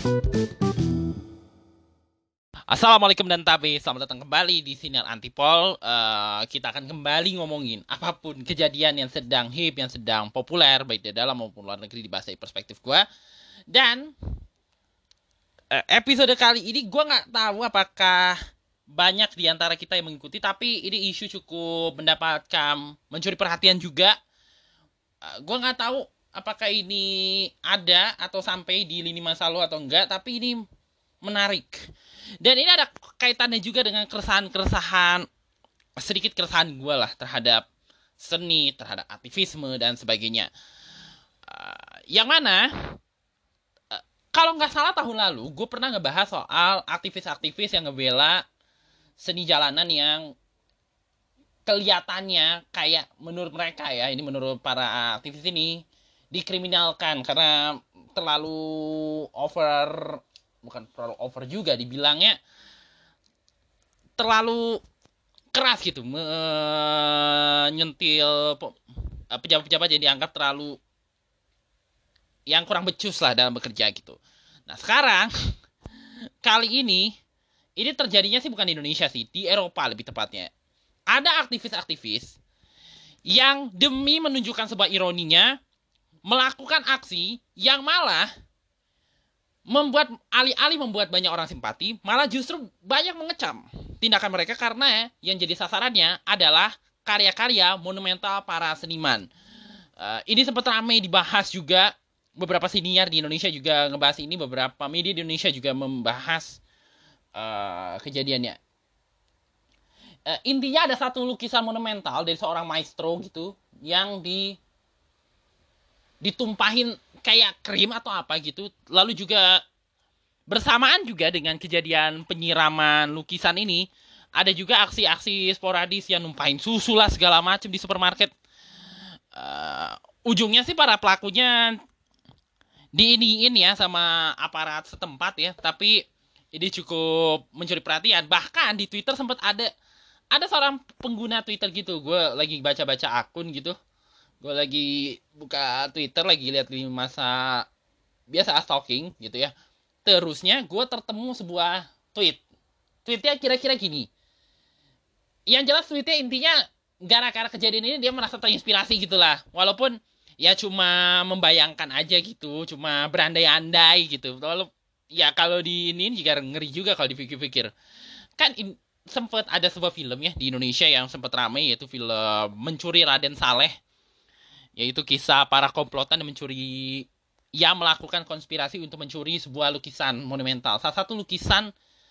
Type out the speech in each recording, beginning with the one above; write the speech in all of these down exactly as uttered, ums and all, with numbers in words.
Assalamualaikum dan tabe, selamat datang kembali di Sinar Antipol. Eh, kita akan kembali ngomongin apapun kejadian yang sedang hip, yang sedang populer, baik di dalam maupun luar negeri di bahasa perspektif gue. Dan eh, episode kali ini gue nggak tahu apakah banyak di antara kita yang mengikuti, tapi ini isu cukup mendapatkan mencuri perhatian juga. Eh, gue nggak tahu apakah ini ada atau sampai di lini masa lalu atau enggak, tapi ini menarik. Dan ini ada kaitannya juga dengan keresahan-keresahan, sedikit keresahan gue lah terhadap seni, terhadap aktivisme dan sebagainya. Uh, yang mana, uh, kalau nggak salah tahun lalu, gue pernah ngebahas soal aktivis-aktivis yang ngebela seni jalanan yang kelihatannya kayak menurut mereka ya, ini menurut para aktivis ini, dikriminalkan karena terlalu over, bukan terlalu over juga, dibilangnya terlalu keras gitu, menyentil pejabat-pejabat yang dianggap terlalu yang kurang becus lah dalam bekerja gitu. Nah sekarang kali ini ini terjadinya sih bukan di Indonesia sih, di Eropa lebih tepatnya. Ada aktivis-aktivis yang demi menunjukkan sebuah ironinya melakukan aksi yang malah membuat alih-alih membuat banyak orang simpati, malah justru banyak mengecam tindakan mereka karena yang jadi sasarannya adalah karya-karya monumental para seniman. Uh, ini sempat ramai dibahas juga, beberapa siniar di Indonesia juga ngebahas ini, beberapa media di Indonesia juga membahas uh, kejadiannya. Uh, intinya ada satu lukisan monumental dari seorang maestro gitu yang di ditumpahin kayak krim atau apa gitu. Lalu juga bersamaan juga dengan kejadian penyiraman lukisan ini, ada juga aksi-aksi sporadis yang numpahin susu lah segala macam di supermarket. Uh, ujungnya sih para pelakunya diiniin ya sama aparat setempat ya, tapi ini cukup mencuri perhatian. Bahkan di Twitter sempat ada ada seorang pengguna Twitter gitu, gue lagi baca-baca akun gitu, gue lagi buka Twitter, lagi lihat di masa biasa stalking gitu ya. Terusnya gue tertemu sebuah tweet. Tweetnya kira-kira gini. Yang jelas tweetnya intinya gara-gara kejadian ini dia merasa terinspirasi gitulah. Walaupun ya cuma membayangkan aja gitu, cuma berandai-andai gitu. Walau ya kalau di ini juga ngeri juga kalau dipikir-pikir. Kan in, sempet ada sebuah film ya di Indonesia yang sempet ramai, yaitu film Mencuri Raden Saleh. Yaitu kisah para komplotan yang mencuri, ya melakukan konspirasi untuk mencuri sebuah lukisan monumental. Salah satu lukisan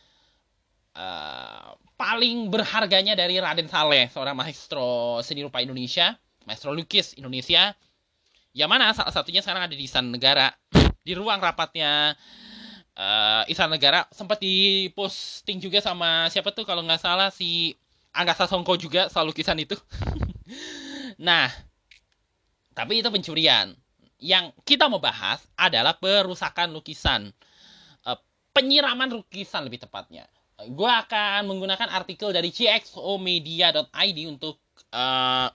uh, paling berharganya dari Raden Saleh, seorang maestro seni rupa Indonesia, maestro lukis Indonesia, yang mana salah satunya sekarang ada di Istana Negara. Di ruang rapatnya uh, Istana Negara sempat diposting juga sama siapa tuh kalau nggak salah si Angga Sasongko juga soal lukisan itu. Nah, tapi itu pencurian. Yang kita mau bahas adalah perusakan lukisan, uh, penyiraman lukisan lebih tepatnya. Uh, gue akan menggunakan artikel dari c x o media dot i d untuk uh,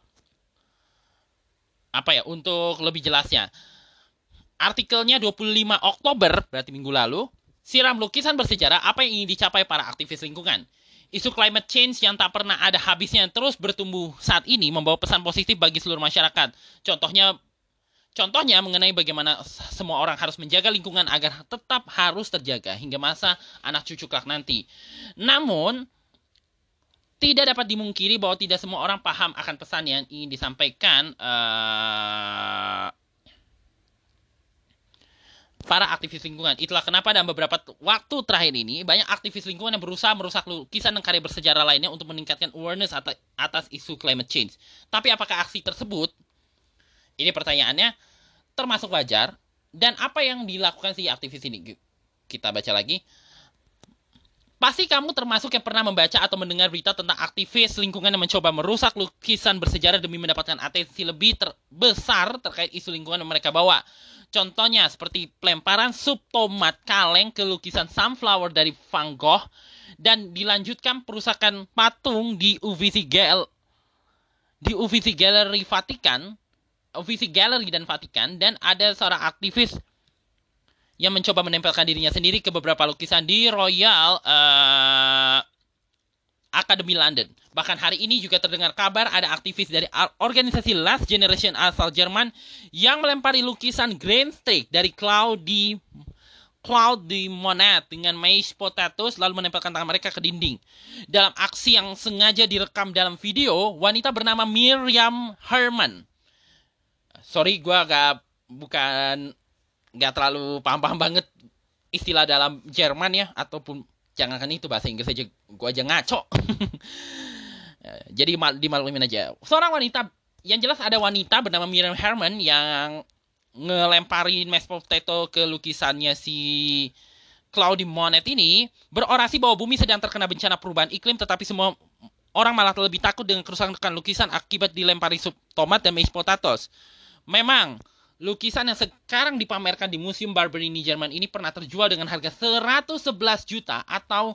apa ya, untuk lebih jelasnya. Artikelnya dua puluh lima Oktober, berarti minggu lalu. Siram lukisan bersejarah, apa yang ingin dicapai para aktivis lingkungan. Isu climate change yang tak pernah ada habisnya yang terus bertumbuh saat ini membawa pesan positif bagi seluruh masyarakat. Contohnya Contohnya mengenai bagaimana semua orang harus menjaga lingkungan agar tetap harus terjaga hingga masa anak cucu kelak nanti. Namun, tidak dapat dimungkiri bahwa tidak semua orang paham akan pesan yang ingin disampaikan uh, para aktivis lingkungan. Itulah kenapa dalam beberapa waktu terakhir ini banyak aktivis lingkungan yang berusaha merusak lukisan dan karya bersejarah lainnya untuk meningkatkan awareness atas, atas isu climate change. Tapi apakah aksi tersebut, ini pertanyaannya, termasuk wajar? Dan apa yang dilakukan si aktivis ini? Kita baca lagi. Pasti kamu termasuk yang pernah membaca atau mendengar berita tentang aktivis lingkungan yang mencoba merusak lukisan bersejarah demi mendapatkan atensi lebih ter- besar terkait isu lingkungan yang mereka bawa. Contohnya seperti pelemparan sup tomat kaleng ke lukisan sunflower dari Van Gogh, dan dilanjutkan perusakan patung di U V C Gal di U V C Gallery Vatikan, U V C Gallery dan Vatikan, dan ada seorang aktivis yang mencoba menempelkan dirinya sendiri ke beberapa lukisan di Royal uh, Academy London. Bahkan hari ini juga terdengar kabar ada aktivis dari organisasi Last Generation asal Jerman yang melempari lukisan Grand Streak dari Claude Claude Monet dengan mashed potatoes lalu menempelkan tangan mereka ke dinding. Dalam aksi yang sengaja direkam dalam video, wanita bernama Miriam Herman. Sorry, gue agak bukan nggak terlalu paham-paham banget istilah dalam Jerman ya, ataupun jangankan itu bahasa Inggris aja gue aja ngaco. Jadi dimaklumin aja. Seorang wanita, yang jelas ada wanita bernama Miriam Herman yang ngelemparin mashed potato ke lukisannya si Claude Monet ini, berorasi bahwa bumi sedang terkena bencana perubahan iklim, tetapi semua orang malah lebih takut dengan kerusakan lukisan akibat dilempari sup tomat dan mashed potatoes. Memang lukisan yang sekarang dipamerkan di Museum Barberini Jerman ini pernah terjual dengan harga seratus sebelas juta atau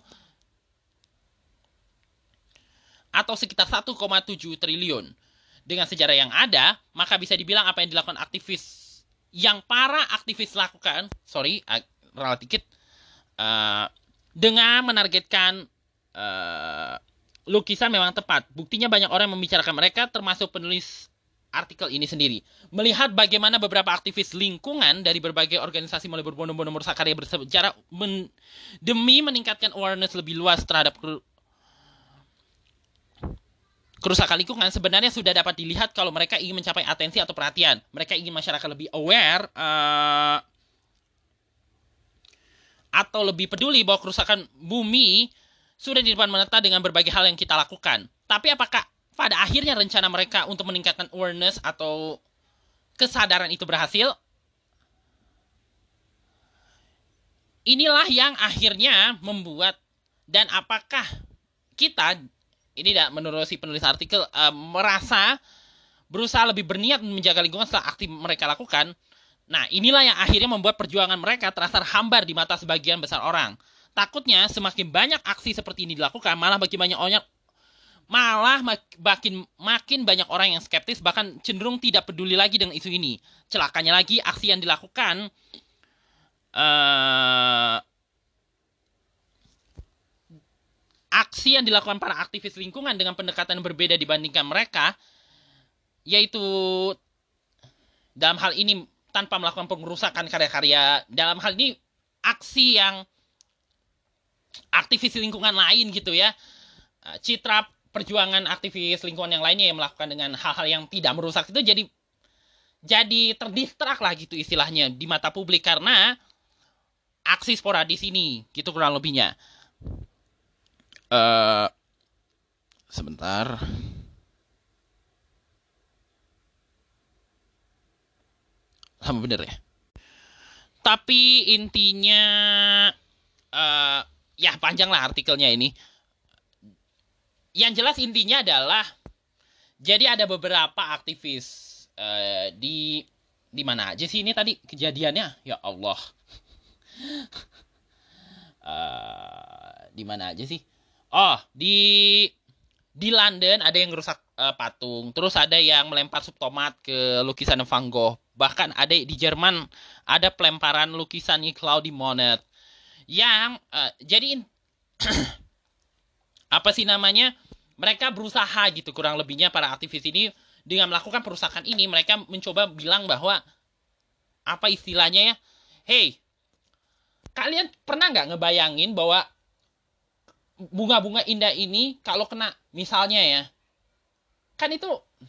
atau sekitar satu koma tujuh triliun. Dengan sejarah yang ada, maka bisa dibilang apa yang dilakukan aktivis yang para aktivis lakukan, sorry, relatif dikit, uh, dengan menargetkan uh, lukisan memang tepat. Buktinya banyak orang yang membicarakan mereka, termasuk penulis artikel ini sendiri. Melihat bagaimana beberapa aktivis lingkungan dari berbagai organisasi mulai berbondong-bondong merusak karya bersejarah men demi meningkatkan awareness lebih luas terhadap kerusakan lingkungan, sebenarnya sudah dapat dilihat kalau mereka ingin mencapai atensi atau perhatian. Mereka ingin masyarakat lebih aware uh, atau lebih peduli bahwa kerusakan bumi sudah di depan mata dengan berbagai hal yang kita lakukan. Tapi apakah pada akhirnya rencana mereka untuk meningkatkan awareness atau kesadaran itu berhasil? Inilah yang akhirnya membuat, dan apakah kita, ini tidak menurut si penulis artikel, uh, merasa berusaha lebih berniat menjaga lingkungan setelah aktif mereka lakukan. Nah, inilah yang akhirnya membuat perjuangan mereka terasa hambar di mata sebagian besar orang. Takutnya semakin banyak aksi seperti ini dilakukan, malah bagi banyak orang, malah makin makin banyak orang yang skeptis, bahkan cenderung tidak peduli lagi dengan isu ini. Celakanya lagi, aksi yang dilakukan uh, aksi yang dilakukan para aktivis lingkungan dengan pendekatan yang berbeda dibandingkan mereka, yaitu dalam hal ini tanpa melakukan pengerusakan karya-karya, dalam hal ini aksi yang aktivis lingkungan lain gitu ya, citra perjuangan aktivis lingkungan yang lainnya yang melakukan dengan hal-hal yang tidak merusak itu jadi jadi terdistrak lah gitu istilahnya di mata publik karena aksi sporadis ini gitu kurang lebihnya. Uh, sebentar. Lama bener ya. Tapi intinya uh, ya panjang lah artikelnya ini. Yang jelas intinya adalah jadi ada beberapa aktivis uh, di di mana aja sih ini tadi kejadiannya? Ya Allah. uh, di mana aja sih? Oh, di di London ada yang rusak uh, patung, terus ada yang melempar sup tomat ke lukisan Van Gogh. Bahkan ada di Jerman ada pelemparan lukisan Claude Monet. Yang uh, jadi apa sih namanya? Mereka berusaha gitu kurang lebihnya para aktivis ini dengan melakukan perusakan ini mereka mencoba bilang bahwa apa istilahnya ya? Hey, kalian pernah nggak ngebayangin bahwa bunga-bunga indah ini kalau kena misalnya ya, kan itu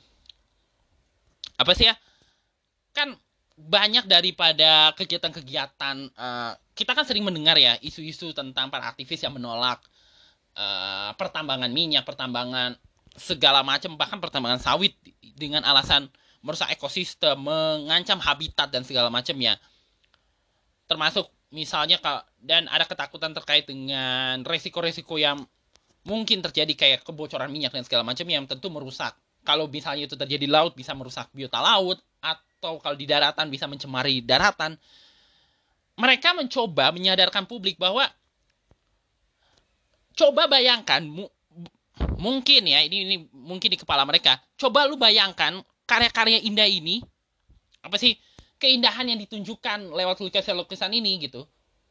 apa sih ya, kan banyak daripada kegiatan-kegiatan uh, kita kan sering mendengar ya isu-isu tentang para aktivis yang menolak uh, pertambangan minyak, pertambangan segala macam, bahkan pertambangan sawit dengan alasan merusak ekosistem, mengancam habitat dan segala macamnya, termasuk misalnya dan ada ketakutan terkait dengan resiko-resiko yang mungkin terjadi kayak kebocoran minyak dan segala macam yang tentu merusak. Kalau misalnya itu terjadi di laut bisa merusak biota laut, atau kalau di daratan bisa mencemari daratan. Mereka mencoba menyadarkan publik bahwa coba bayangkan mu, mungkin ya ini, ini mungkin di kepala mereka. Coba lu bayangkan karya-karya indah ini apa sih keindahan yang ditunjukkan lewat lukisan-lukisan ini gitu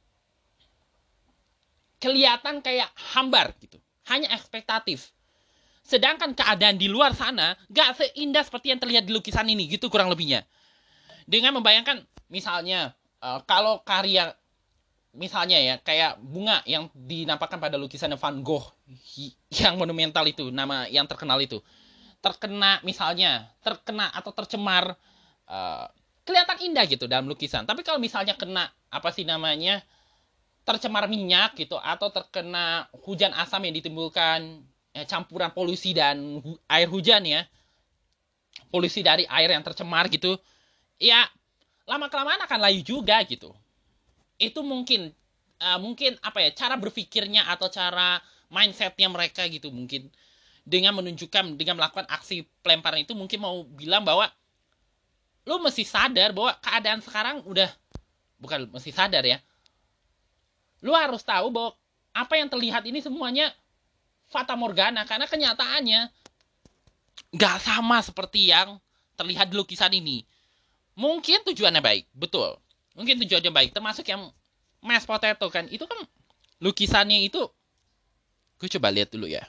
kelihatan kayak hambar gitu, hanya ekspektatif. Sedangkan keadaan di luar sana gak seindah seperti yang terlihat di lukisan ini gitu kurang lebihnya. Dengan membayangkan misalnya uh, kalau karya misalnya ya kayak bunga yang dinampakkan pada lukisan Van Gogh yang monumental itu, nama yang terkenal itu, terkena misalnya terkena atau tercemar, uh, kelihatan indah gitu dalam lukisan. Tapi kalau misalnya kena apa sih namanya tercemar minyak gitu atau terkena hujan asam yang ditimbulkan eh, campuran polusi dan hu- air hujan ya, polusi dari air yang tercemar gitu, ya lama kelamaan akan layu juga gitu. Itu mungkin uh, mungkin apa ya cara berpikirnya atau cara mindsetnya mereka gitu, mungkin dengan menunjukkan dengan melakukan aksi pelemparan itu mungkin mau bilang bahwa lu mesti sadar bahwa keadaan sekarang udah bukan mesti sadar ya, lu harus tahu bahwa apa yang terlihat ini semuanya fata morgana karena kenyataannya nggak sama seperti yang terlihat di lukisan ini. Mungkin tujuannya baik, betul. Mungkin tujuannya baik, termasuk yang mashed potato kan. Itu kan lukisannya itu, gue coba lihat dulu ya.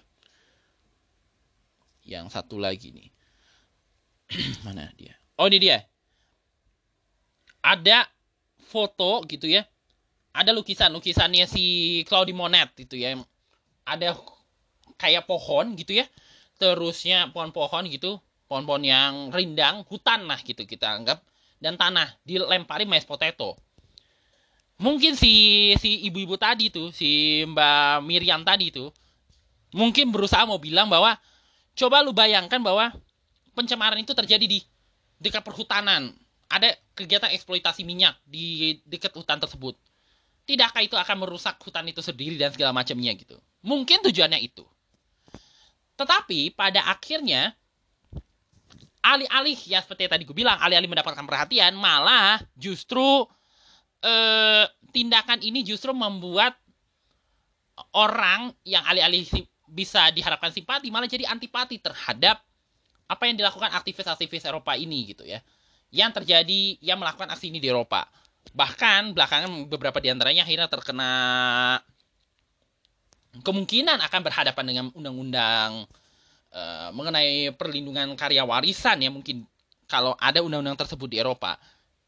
Yang satu lagi nih. Mana dia? Oh ini dia. Ada foto gitu ya. Ada lukisan-lukisannya si Claude Monet itu ya. Ada kayak pohon gitu ya. Terusnya pohon-pohon gitu. Pohon-pohon yang rindang, hutan lah gitu kita anggap. Dan tanah dilempari mashed potato. Mungkin si si ibu-ibu tadi tuh, si Mbak Miriam tadi tuh, mungkin berusaha mau bilang bahwa coba lu bayangkan bahwa pencemaran itu terjadi di dekat perhutanan. Ada kegiatan eksploitasi minyak di dekat hutan tersebut. Tidakkah itu akan merusak hutan itu sendiri dan segala macamnya gitu. Mungkin tujuannya itu. Tetapi pada akhirnya alih-alih ya seperti tadi gue bilang, alih-alih mendapatkan perhatian, malah justru eh, tindakan ini justru membuat orang yang alih-alih bisa diharapkan simpati malah jadi antipati terhadap apa yang dilakukan aktivis-aktivis Eropa ini gitu ya. Yang terjadi yang melakukan aksi ini di Eropa. Bahkan belakangan beberapa di antaranya akhirnya terkena kemungkinan akan berhadapan dengan undang-undang uh, mengenai perlindungan karya warisan ya, mungkin kalau ada undang-undang tersebut di Eropa.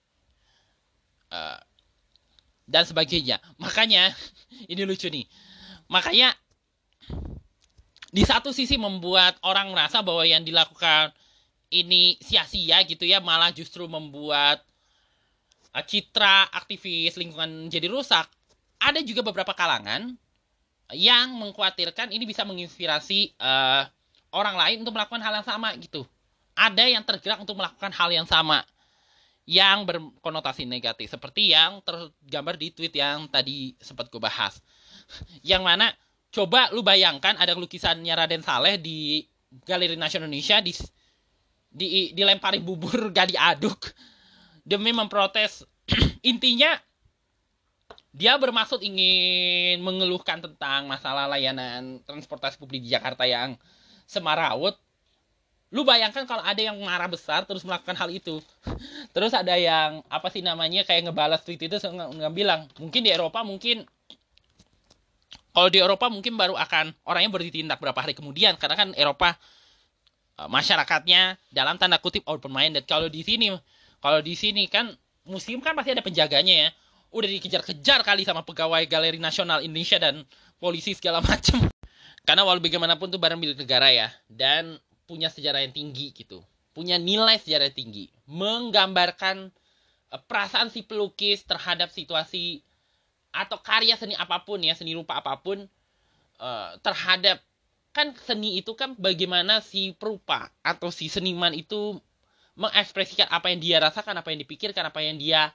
Uh, dan sebagainya. Makanya ini lucu nih. Makanya di satu sisi membuat orang merasa bahwa yang dilakukan ini sia-sia gitu ya, malah justru membuat uh, citra aktivis lingkungan jadi rusak. Ada juga beberapa kalangan yang mengkhawatirkan ini bisa menginspirasi uh, orang lain untuk melakukan hal yang sama gitu. Ada yang tergerak untuk melakukan hal yang sama yang berkonotasi negatif, seperti yang tergambar di tweet yang tadi sempat gue bahas. Yang mana coba lu bayangkan ada lukisannya Raden Saleh di Galeri Nasional Indonesia di, di dilempari bubur gak diaduk demi memprotes. Intinya dia bermaksud ingin mengeluhkan tentang masalah layanan transportasi publik di Jakarta yang semarawut. Lu bayangkan kalau ada yang marah besar terus melakukan hal itu. Terus ada yang apa sih namanya kayak ngebalas tweet itu nggak bilang. Mungkin di Eropa mungkin kalau di Eropa mungkin baru akan orangnya baru ditindak berapa hari kemudian karena kan Eropa masyarakatnya dalam tanda kutip open minded. Kalau di sini kalau di sini kan museum kan pasti ada penjaganya ya. Udah dikejar-kejar kali sama pegawai Galeri Nasional Indonesia dan polisi segala macam. Karena walau bagaimanapun tuh barang milik negara ya, dan punya sejarah yang tinggi gitu, punya nilai sejarah yang tinggi, menggambarkan uh, perasaan si pelukis terhadap situasi atau karya seni apapun ya, seni rupa apapun, uh, terhadap kan seni itu kan bagaimana si perupa atau si seniman itu mengekspresikan apa yang dia rasakan, apa yang dipikirkan, apa yang dia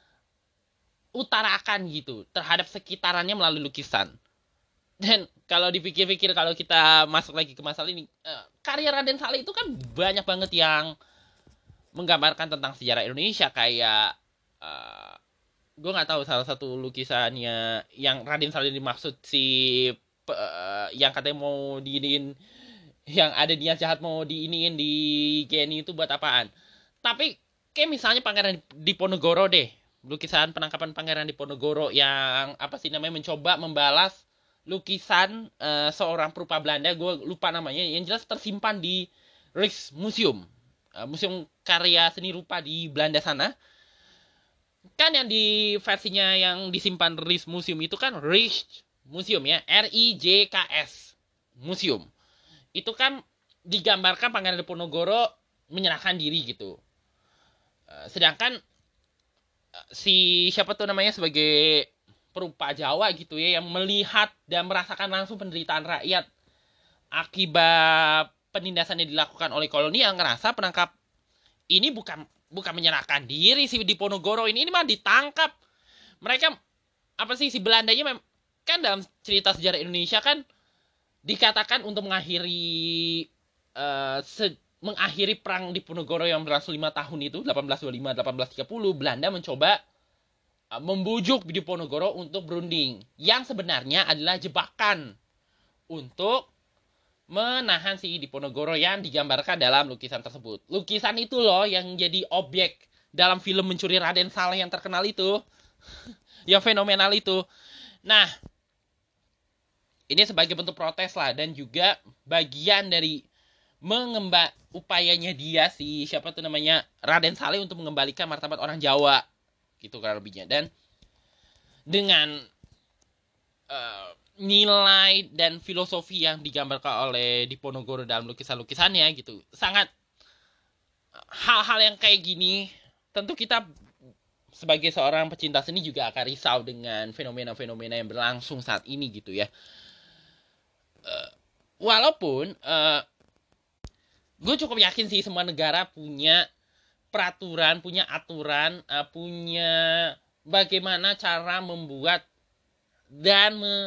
utarakan gitu terhadap sekitarannya melalui lukisan. Dan kalau dipikir-pikir kalau kita masuk lagi ke masalah ini, uh, karya Raden Saleh itu kan banyak banget yang menggambarkan tentang sejarah Indonesia kayak uh, gue nggak tahu salah satu lukisannya yang Raden Saleh dimaksud si uh, yang katanya mau diiniin, yang ada niat jahat mau diiniin di Geni itu buat apaan. Tapi kayak misalnya Pangeran Diponegoro deh, lukisan penangkapan Pangeran Diponegoro yang apa sih namanya, mencoba membalas lukisan uh, seorang perupa Belanda, gue lupa namanya, yang jelas tersimpan di Rijksmuseum, uh, museum karya seni rupa di Belanda sana. Kan yang di versinya yang disimpan Rijksmuseum itu kan Rijksmuseum ya, R I J K S Museum. Itu kan digambarkan Pangeran Diponegoro menyerahkan diri gitu. Sedangkan si siapa tuh namanya sebagai perupa Jawa gitu ya, yang melihat dan merasakan langsung penderitaan rakyat akibat penindasan yang dilakukan oleh kolonial, ngerasa penangkap ini bukan bukan menyerahkan diri si Diponegoro ini, ini mah ditangkap. Mereka apa sih, si Belandanya kan dalam cerita sejarah Indonesia kan dikatakan untuk mengakhiri uh, se mengakhiri perang Diponegoro yang berlangsung lima tahun itu, delapan belas dua puluh lima sampai delapan belas tiga puluh, Belanda mencoba uh, membujuk Diponegoro untuk berunding, yang sebenarnya adalah jebakan untuk menahan si Diponegoro yang digambarkan dalam lukisan tersebut. Lukisan itu loh yang jadi objek dalam film Mencuri Raden Saleh yang terkenal itu, yang fenomenal itu. Nah, ini sebagai bentuk protes lah, dan juga bagian dari mengembang upayanya dia si siapa tuh namanya Raden Saleh untuk mengembalikan martabat orang Jawa gitu kurang lebihnya. Dan dengan uh, nilai dan filosofi yang digambarkan oleh Diponegoro dalam lukisan-lukisannya gitu, sangat hal-hal yang kayak gini tentu kita sebagai seorang pecinta seni juga akan risau dengan fenomena-fenomena yang berlangsung saat ini gitu ya. Uh, walaupun uh, gue cukup yakin sih semua negara punya peraturan, punya aturan, uh, punya bagaimana cara membuat dan me,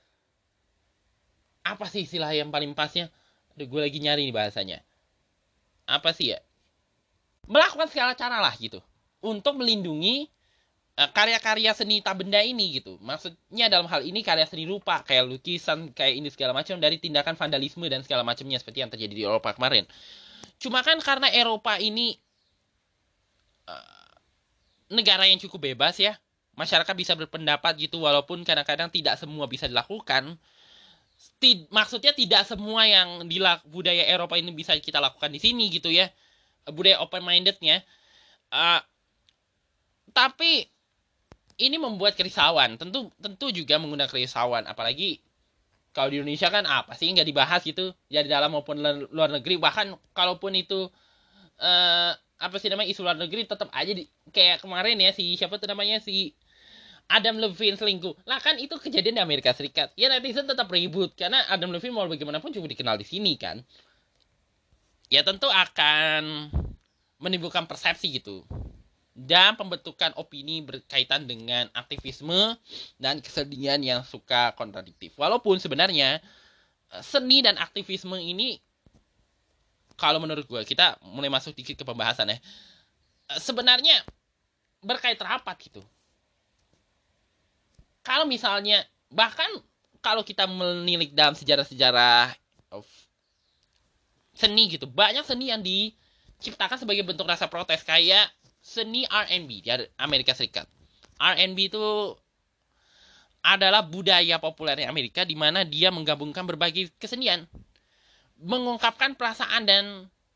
apa sih istilah yang paling pasnya? Aduh, gue lagi nyari nih bahasanya. Apa sih ya? Melakukan segala cara lah gitu untuk melindungi uh, karya-karya seni tak benda ini gitu. Maksudnya dalam hal ini karya seni rupa kayak lukisan, kayak ini segala macam, dari tindakan vandalisme dan segala macamnya seperti yang terjadi di Eropa kemarin. Cuma kan karena Eropa ini uh, negara yang cukup bebas ya, masyarakat bisa berpendapat gitu, walaupun kadang-kadang tidak semua bisa dilakukan. Tid, maksudnya tidak semua yang di budaya Eropa ini bisa kita lakukan di sini gitu ya, budaya open mindednya. Uh, tapi ini membuat kerisauan, tentu tentu juga mengundang kerisauan, apalagi kalau di Indonesia kan apa sih nggak dibahas gitu ya, di dalam maupun luar negeri. Bahkan kalaupun itu uh, apa sih namanya isu luar negeri, tetap aja di, kayak kemarin ya si siapa tuh namanya si Adam Levine selingkuh lah, kan itu kejadian di Amerika Serikat ya, netizen tetap ribut karena Adam Levine mau bagaimanapun juga dikenal di sini kan ya, tentu akan menimbulkan persepsi gitu dan pembentukan opini berkaitan dengan aktivisme dan kesenian yang suka kontradiktif. Walaupun sebenarnya seni dan aktivisme ini, kalau menurut gue, kita mulai masuk dikit ke pembahasan ya, sebenarnya berkait rapat gitu. Kalau misalnya, bahkan kalau kita menilik dalam sejarah-sejarah seni gitu, banyak seni yang diciptakan sebagai bentuk rasa protes, kayak seni R and B di Amerika Serikat. R and B itu adalah budaya populernya Amerika, di mana dia menggabungkan berbagai kesenian, mengungkapkan perasaan dan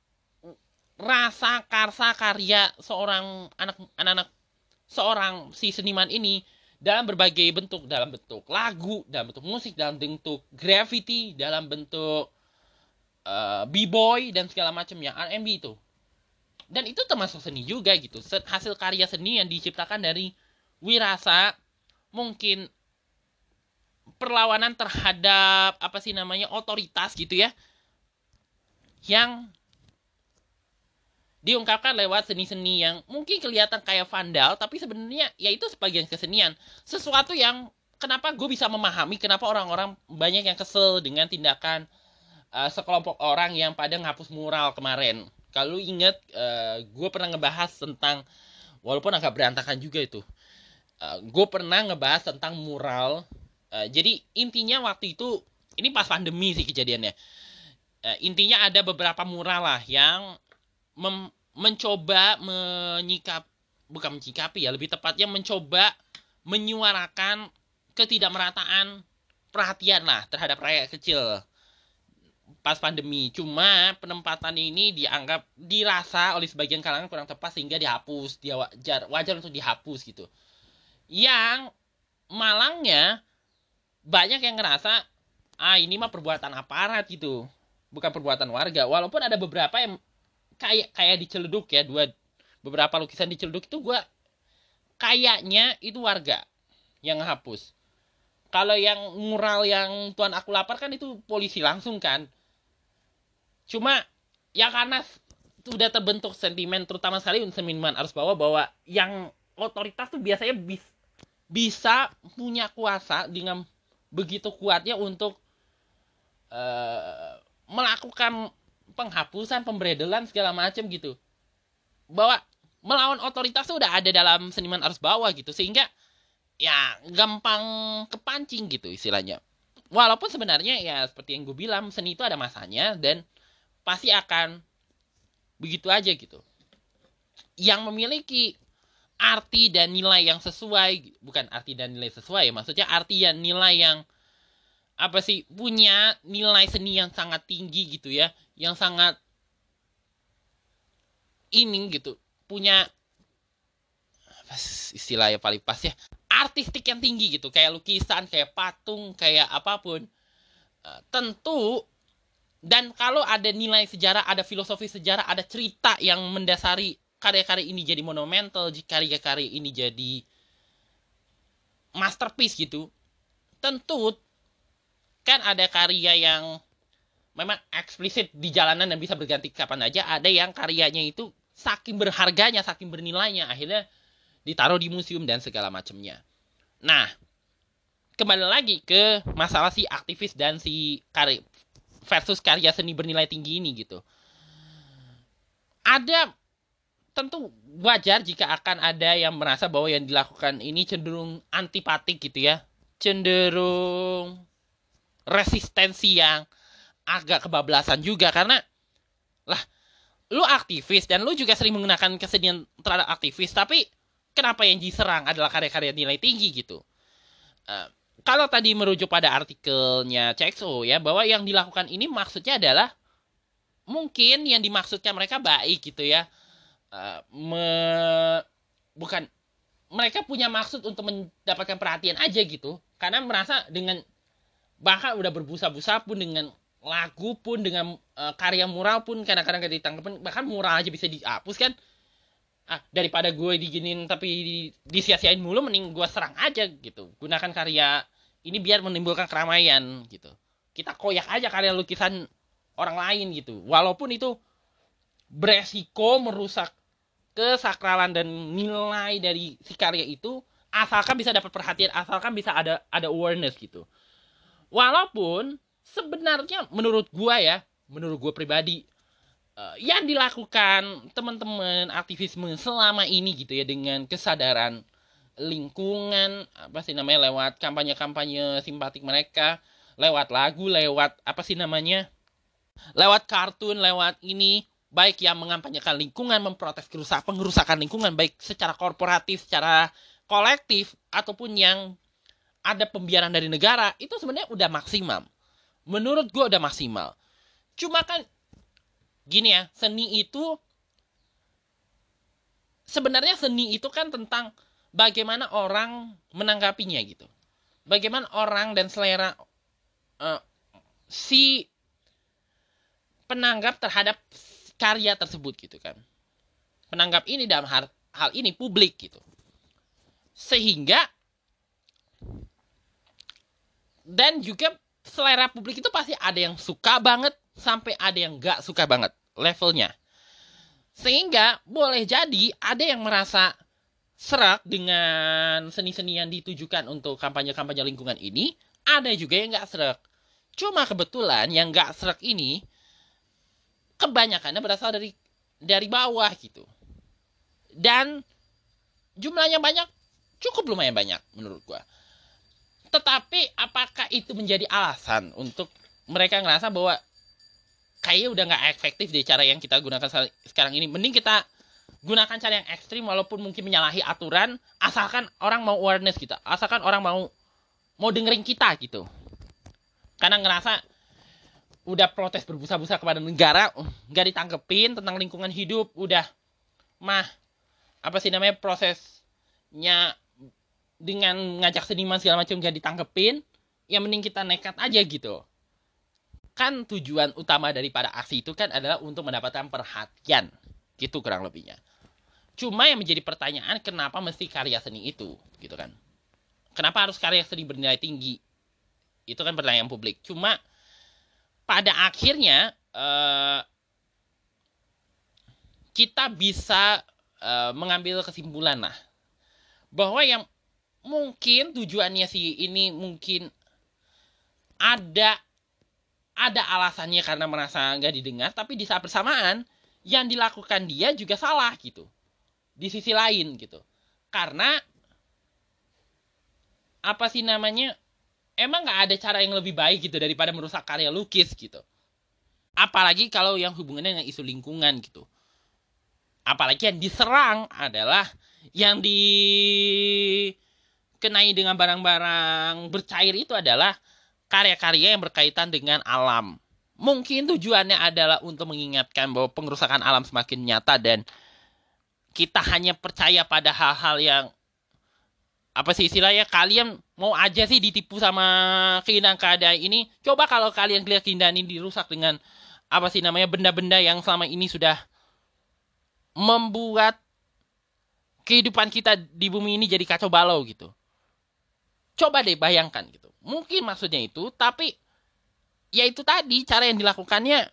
rasa karsa karya seorang anak anak seorang si seniman ini dalam berbagai bentuk, dalam bentuk lagu, dalam bentuk musik, dalam bentuk graffiti, dalam bentuk uh, b-boy dan segala macamnya R and B itu. Dan itu termasuk seni juga gitu, hasil karya seni yang diciptakan dari wirasa, mungkin perlawanan terhadap apa sih namanya otoritas gitu ya, yang diungkapkan lewat seni-seni yang mungkin kelihatan kayak vandal, tapi sebenarnya ya itu sebagian kesenian. Sesuatu yang kenapa gue bisa memahami kenapa orang-orang banyak yang kesel dengan tindakan uh, sekelompok orang yang pada ngapus mural kemarin. Kalau lu inget, uh, gue pernah ngebahas tentang, walaupun agak berantakan juga itu, uh, gue pernah ngebahas tentang mural. Uh, jadi intinya waktu itu, ini pas pandemi sih kejadiannya. Uh, intinya ada beberapa mural lah yang mem mencoba menyikap bukan menyikapi ya, lebih tepatnya mencoba menyuarakan ketidakmerataan perhatian lah terhadap rakyat kecil pas pandemi. Cuma penempatan ini dianggap dirasa oleh sebagian kalangan kurang tepat sehingga dihapus. Dia wajar wajar untuk dihapus gitu. Yang malangnya banyak yang ngerasa ah ini mah perbuatan aparat gitu, bukan perbuatan warga. Walaupun ada beberapa yang kayak kayak di Ciledug ya, dua beberapa lukisan di Ciledug itu gue kayaknya itu warga yang ngehapus. Kalau yang mural yang Tuan Aku Lapar kan itu polisi langsung kan. Cuma ya karena sudah terbentuk sentimen terutama sekali seniman arus bawah bahwa yang otoritas tuh biasanya bis, bisa punya kuasa dengan begitu kuatnya untuk uh, melakukan penghapusan, pemberedelan segala macam gitu. Bahwa melawan otoritas tuh udah ada dalam seniman arus bawah gitu, sehingga ya gampang kepancing gitu istilahnya. Walaupun sebenarnya ya seperti yang gue bilang, seni itu ada masanya dan pasti akan begitu aja gitu. Yang memiliki arti dan nilai yang sesuai, bukan arti dan nilai sesuai ya, maksudnya arti dan nilai yang apa sih, punya nilai seni yang sangat tinggi gitu ya, yang sangat ini gitu, punya apa istilah yang paling pas ya, artistik yang tinggi gitu, kayak lukisan, kayak patung, kayak apapun. Uh, tentu dan kalau ada nilai sejarah, ada filosofi sejarah, ada cerita yang mendasari karya-karya ini jadi monumental, karya-karya ini jadi masterpiece gitu. Tentu kan ada karya yang memang eksplisit di jalanan dan bisa berganti kapan aja, ada yang karyanya itu saking berharganya, saking bernilainya, akhirnya ditaruh di museum dan segala macamnya. Nah, kembali lagi ke masalah si aktivis dan si karya versus karya seni bernilai tinggi ini gitu. Ada tentu wajar jika akan ada yang merasa bahwa yang dilakukan ini cenderung antipatik gitu ya, cenderung resistensi yang agak kebablasan juga, karena lah lu aktivis dan lu juga sering menggunakan kesenian terhadap aktivis, tapi kenapa yang diserang adalah karya-karya nilai tinggi gitu. Uh, kalau tadi merujuk pada artikelnya C X O ya, bahwa yang dilakukan ini maksudnya adalah mungkin yang dimaksudkan mereka baik gitu ya, uh, me, bukan mereka punya maksud untuk mendapatkan perhatian aja gitu, karena merasa dengan bahkan udah berbusa-busa pun, dengan lagu pun, dengan uh, karya mural pun kadang-kadang gak ditangkapin, bahkan mural aja bisa dihapus kan. Ah, daripada gue diginin tapi disia-siain mulu, mending gue serang aja gitu, gunakan karya ini biar menimbulkan keramaian gitu. Kita koyak aja karya lukisan orang lain gitu, walaupun itu beresiko merusak kesakralan dan nilai dari si karya itu, asalkan bisa dapat perhatian, asalkan bisa ada ada awareness gitu. Walaupun sebenarnya menurut gue ya, menurut gue pribadi, uh, yang dilakukan teman-teman aktivisme selama ini gitu ya, dengan kesadaran lingkungan, apa sih namanya, lewat kampanye-kampanye simpatik mereka, lewat lagu, lewat apa sih namanya, lewat kartun, lewat ini, baik yang mengampanyekan lingkungan, memprotes kerusak, pengerusakan lingkungan, baik secara korporatif, secara kolektif, ataupun yang ada pembiaran dari negara, itu sebenarnya udah maksimal. Menurut gue udah maksimal. Cuma kan gini ya, seni itu sebenarnya seni itu kan tentang bagaimana orang menanggapinya gitu. Bagaimana orang dan selera uh, si penanggap terhadap karya tersebut gitu kan. Penanggap ini dalam hal, hal ini publik gitu. Sehingga dan juga selera publik itu pasti ada yang suka banget sampai ada yang gak suka banget levelnya. Sehingga boleh jadi ada yang merasa serak dengan seni-seni yang ditujukan untuk kampanye-kampanye lingkungan ini, ada juga yang gak serak. Cuma kebetulan yang gak serak ini kebanyakannya berasal dari dari bawah gitu. Dan jumlahnya banyak, cukup lumayan banyak menurut gua. Tetapi apakah itu menjadi alasan untuk mereka ngerasa bahwa kayaknya udah nggak efektif deh cara yang kita gunakan sekarang ini. Mending kita gunakan cara yang ekstrim walaupun mungkin menyalahi aturan, asalkan orang mau awareness kita, asalkan orang mau mau dengerin kita gitu. Karena ngerasa udah protes berbusa-busa kepada negara nggak ditangkepin tentang lingkungan hidup, udah mah apa sih namanya prosesnya dengan ngajak seniman segala macam nggak ditangkepin, ya mending kita nekat aja gitu. Kan tujuan utama daripada aksi itu kan adalah untuk mendapatkan perhatian, gitu kurang lebihnya. Cuma yang menjadi pertanyaan, kenapa mesti karya seni itu, gitu kan? Kenapa harus karya seni bernilai tinggi? Itu kan pertanyaan publik. Cuma pada akhirnya eh, kita bisa eh, mengambil kesimpulan lah bahwa yang mungkin tujuannya si ini mungkin ada ada alasannya karena merasa nggak didengar, tapi di saat bersamaan yang dilakukan dia juga salah gitu. Di sisi lain gitu. Karena apa sih namanya? Emang nggak ada cara yang lebih baik gitu daripada merusak karya lukis gitu. Apalagi kalau yang hubungannya dengan isu lingkungan gitu. Apalagi yang diserang adalah yang dikenai dengan barang-barang bercair itu adalah karya-karya yang berkaitan dengan alam. Mungkin tujuannya adalah untuk mengingatkan bahwa pengerusakan alam semakin nyata dan kita hanya percaya pada hal-hal yang apa sih istilahnya, kalian mau aja sih ditipu sama keindahan keadaan ini. Coba kalau kalian lihat keindahan ini dirusak dengan apa sih namanya benda-benda yang selama ini sudah membuat kehidupan kita di bumi ini jadi kacau balau gitu. Coba deh bayangkan gitu. Mungkin maksudnya itu, tapi ya itu tadi cara yang dilakukannya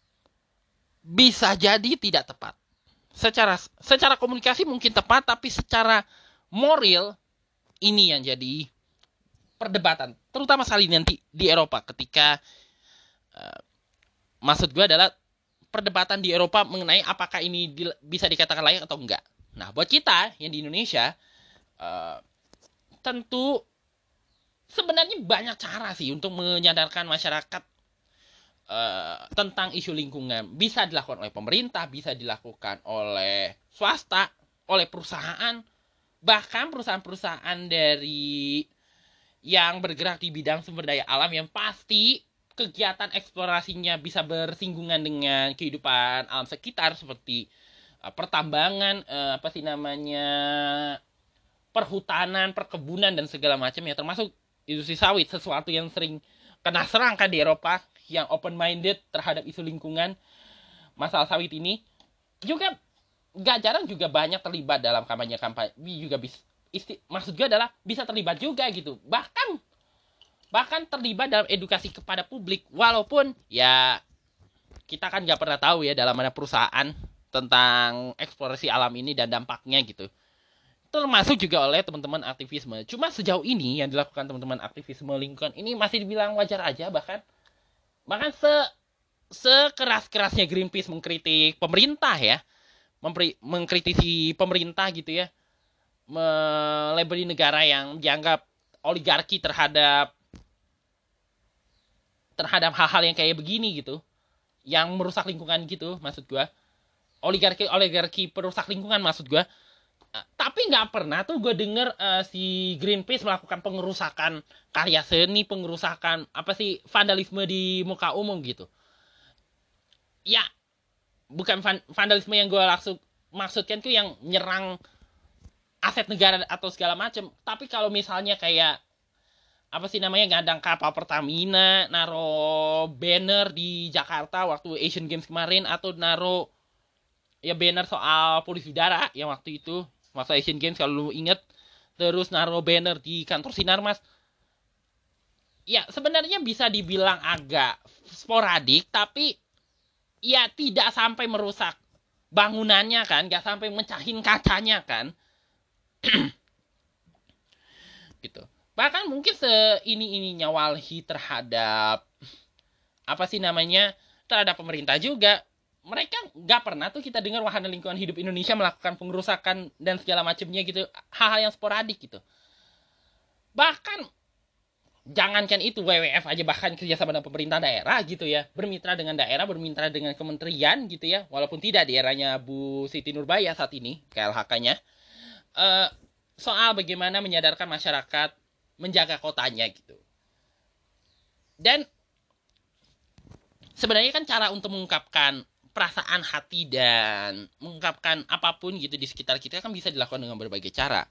bisa jadi tidak tepat. Secara secara komunikasi mungkin tepat, tapi secara moral ini yang jadi perdebatan, terutama sekali nanti di Eropa ketika uh, maksud gue adalah perdebatan di Eropa mengenai apakah ini di, bisa dikatakan layak atau enggak. Nah, buat kita yang di Indonesia uh, tentu sebenarnya banyak cara sih untuk menyadarkan masyarakat uh, tentang isu lingkungan. Bisa dilakukan oleh pemerintah, bisa dilakukan oleh swasta, oleh perusahaan, bahkan perusahaan-perusahaan dari yang bergerak di bidang sumber daya alam yang pasti kegiatan eksplorasinya bisa bersinggungan dengan kehidupan alam sekitar seperti uh, pertambangan, uh, apa sih namanya, perhutanan, perkebunan dan segala macam ya, termasuk industri sawit, sesuatu yang sering kena serang kan di Eropa yang open minded terhadap isu lingkungan. Masalah sawit ini juga gak jarang juga banyak terlibat dalam kampanye-kampanye juga bisa isti, maksud gue adalah bisa terlibat juga gitu, bahkan bahkan terlibat dalam edukasi kepada publik, walaupun ya kita kan gak pernah tahu ya dalam mana perusahaan tentang eksplorasi alam ini dan dampaknya gitu, termasuk juga oleh teman-teman aktivisme. Cuma sejauh ini yang dilakukan teman-teman aktivisme lingkungan ini masih dibilang wajar aja, bahkan bahkan se sekeras-kerasnya Greenpeace mengkritik pemerintah ya, Mempri, mengkritisi pemerintah gitu ya, melabeli negara yang dianggap oligarki terhadap terhadap hal-hal yang kayak begini gitu, yang merusak lingkungan gitu, maksud gue oligarki oligarki perusak lingkungan maksud gue. Uh, tapi nggak pernah tuh gue denger uh, si Greenpeace melakukan pengerusakan karya seni, pengerusakan apa sih vandalisme di muka umum gitu. Ya bukan vandalisme yang gue langsung maksudkan tuh yang nyerang aset negara atau segala macem. Tapi kalau misalnya kayak apa sih namanya ngadang kapal Pertamina, naro banner di Jakarta waktu Asian Games kemarin, atau naro ya banner soal polusi udara yang waktu itu waktu Asian Games kalau lu inget, terus naro banner di kantor Sinarmas. Ya sebenarnya bisa dibilang agak sporadik, tapi ya tidak sampai merusak bangunannya kan, gak sampai mecahin kacanya kan. Gitu. Bahkan mungkin seini-ininya walhi terhadap apa sih namanya, terhadap pemerintah juga. Mereka gak pernah tuh kita dengar Wahana Lingkungan Hidup Indonesia melakukan pengerusakan dan segala macamnya gitu, hal-hal yang sporadik gitu. Bahkan jangankan itu, W W F aja bahkan kerjasama dengan pemerintah daerah gitu ya, bermitra dengan daerah, bermitra dengan kementerian gitu ya, walaupun tidak di eranya Bu Siti Nurbaya saat ini K L H K-nya, uh, soal bagaimana menyadarkan masyarakat menjaga kotanya gitu. Dan sebenarnya kan cara untuk mengungkapkan perasaan hati dan mengungkapkan apapun gitu di sekitar kita kan bisa dilakukan dengan berbagai cara.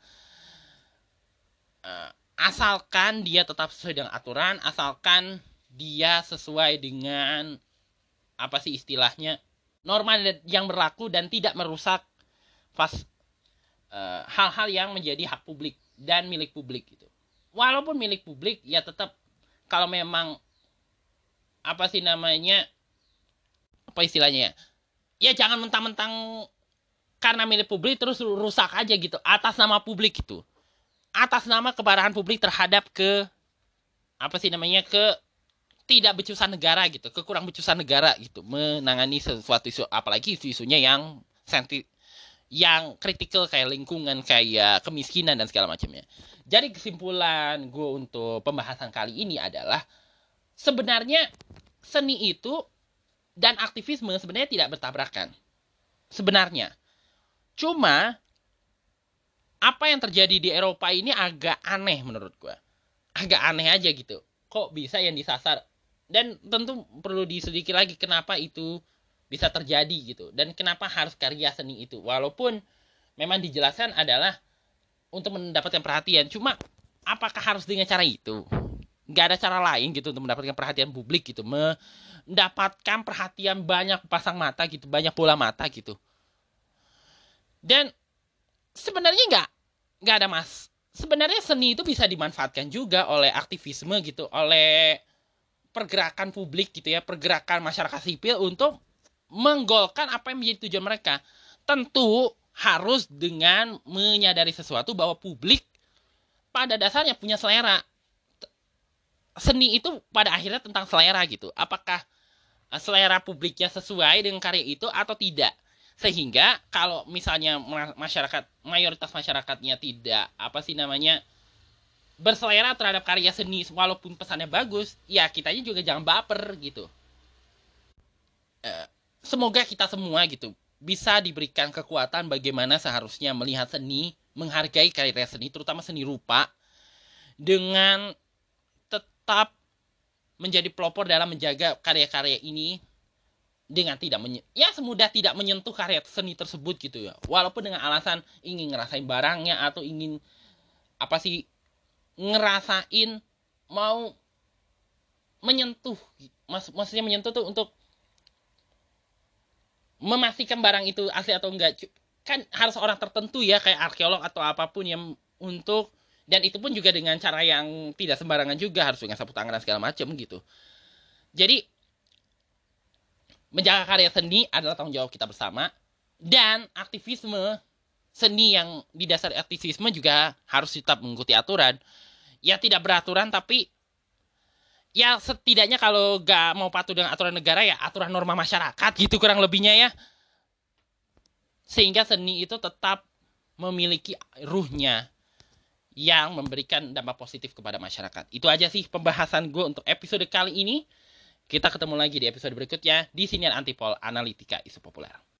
Uh, asalkan dia tetap sesuai dengan aturan, asalkan dia sesuai dengan apa sih istilahnya, norma yang berlaku dan tidak merusak fas, uh, hal-hal yang menjadi hak publik dan milik publik gitu. Walaupun milik publik ya tetap kalau memang apa sih namanya, apa istilahnya ya, ya jangan mentang-mentang karena milik publik terus rusak aja gitu atas nama publik gitu, atas nama keparahan publik terhadap ke apa sih namanya ke tidak becusan negara gitu, kekurang becusan negara gitu menangani sesuatu isu, apalagi isu-isunya yang senti yang kritikal kayak lingkungan, kayak kemiskinan dan segala macamnya. Jadi kesimpulan gue untuk pembahasan kali ini adalah sebenarnya seni itu dan aktivisme sebenarnya tidak bertabrakan sebenarnya, cuma apa yang terjadi di Eropa ini agak aneh menurut gue. Agak aneh aja gitu. Kok bisa yang disasar? Dan tentu perlu diselidiki lagi kenapa itu bisa terjadi gitu. Dan kenapa harus karya seni itu. Walaupun memang dijelaskan adalah untuk mendapatkan perhatian. Cuma apakah harus dengan cara itu? Gak ada cara lain gitu untuk mendapatkan perhatian publik gitu. Mendapatkan perhatian banyak pasang mata gitu. Banyak bola mata gitu. Dan sebenarnya nggak nggak ada mas. Sebenarnya seni itu bisa dimanfaatkan juga oleh aktivisme gitu, oleh pergerakan publik gitu ya, pergerakan masyarakat sipil untuk menggolkan apa yang menjadi tujuan mereka. Tentu harus dengan menyadari sesuatu bahwa publik pada dasarnya punya selera. Seni itu pada akhirnya tentang selera gitu. Apakah selera publiknya sesuai dengan karya itu atau tidak? Sehingga kalau misalnya masyarakat, mayoritas masyarakatnya tidak apa sih namanya berselera terhadap karya seni walaupun pesannya bagus, ya kitanya juga jangan baper gitu. Semoga kita semua gitu bisa diberikan kekuatan bagaimana seharusnya melihat seni, menghargai karya seni, terutama seni rupa, dengan tetap menjadi pelopor dalam menjaga karya-karya ini dengan tidak menye- ya semudah tidak menyentuh karya seni tersebut gitu ya, walaupun dengan alasan ingin ngerasain barangnya atau ingin apa sih ngerasain mau menyentuh, Mas, maksudnya menyentuh tuh untuk memastikan barang itu asli atau enggak, kan harus orang tertentu ya kayak arkeolog atau apapun yang untuk, dan itu pun juga dengan cara yang tidak sembarangan juga, harus dengan sapu tangan dan segala macam gitu. Jadi menjaga karya seni adalah tanggung jawab kita bersama. Dan aktivisme seni yang didasari aktivisme juga harus tetap mengikuti aturan. Ya tidak beraturan tapi ya setidaknya kalau gak mau patuh dengan aturan negara ya aturan norma masyarakat gitu kurang lebihnya ya. Sehingga seni itu tetap memiliki ruhnya yang memberikan dampak positif kepada masyarakat. Itu aja sih pembahasan gue untuk episode kali ini. Kita ketemu lagi di episode berikutnya di Siniar Antipol Analitika Isu Populer.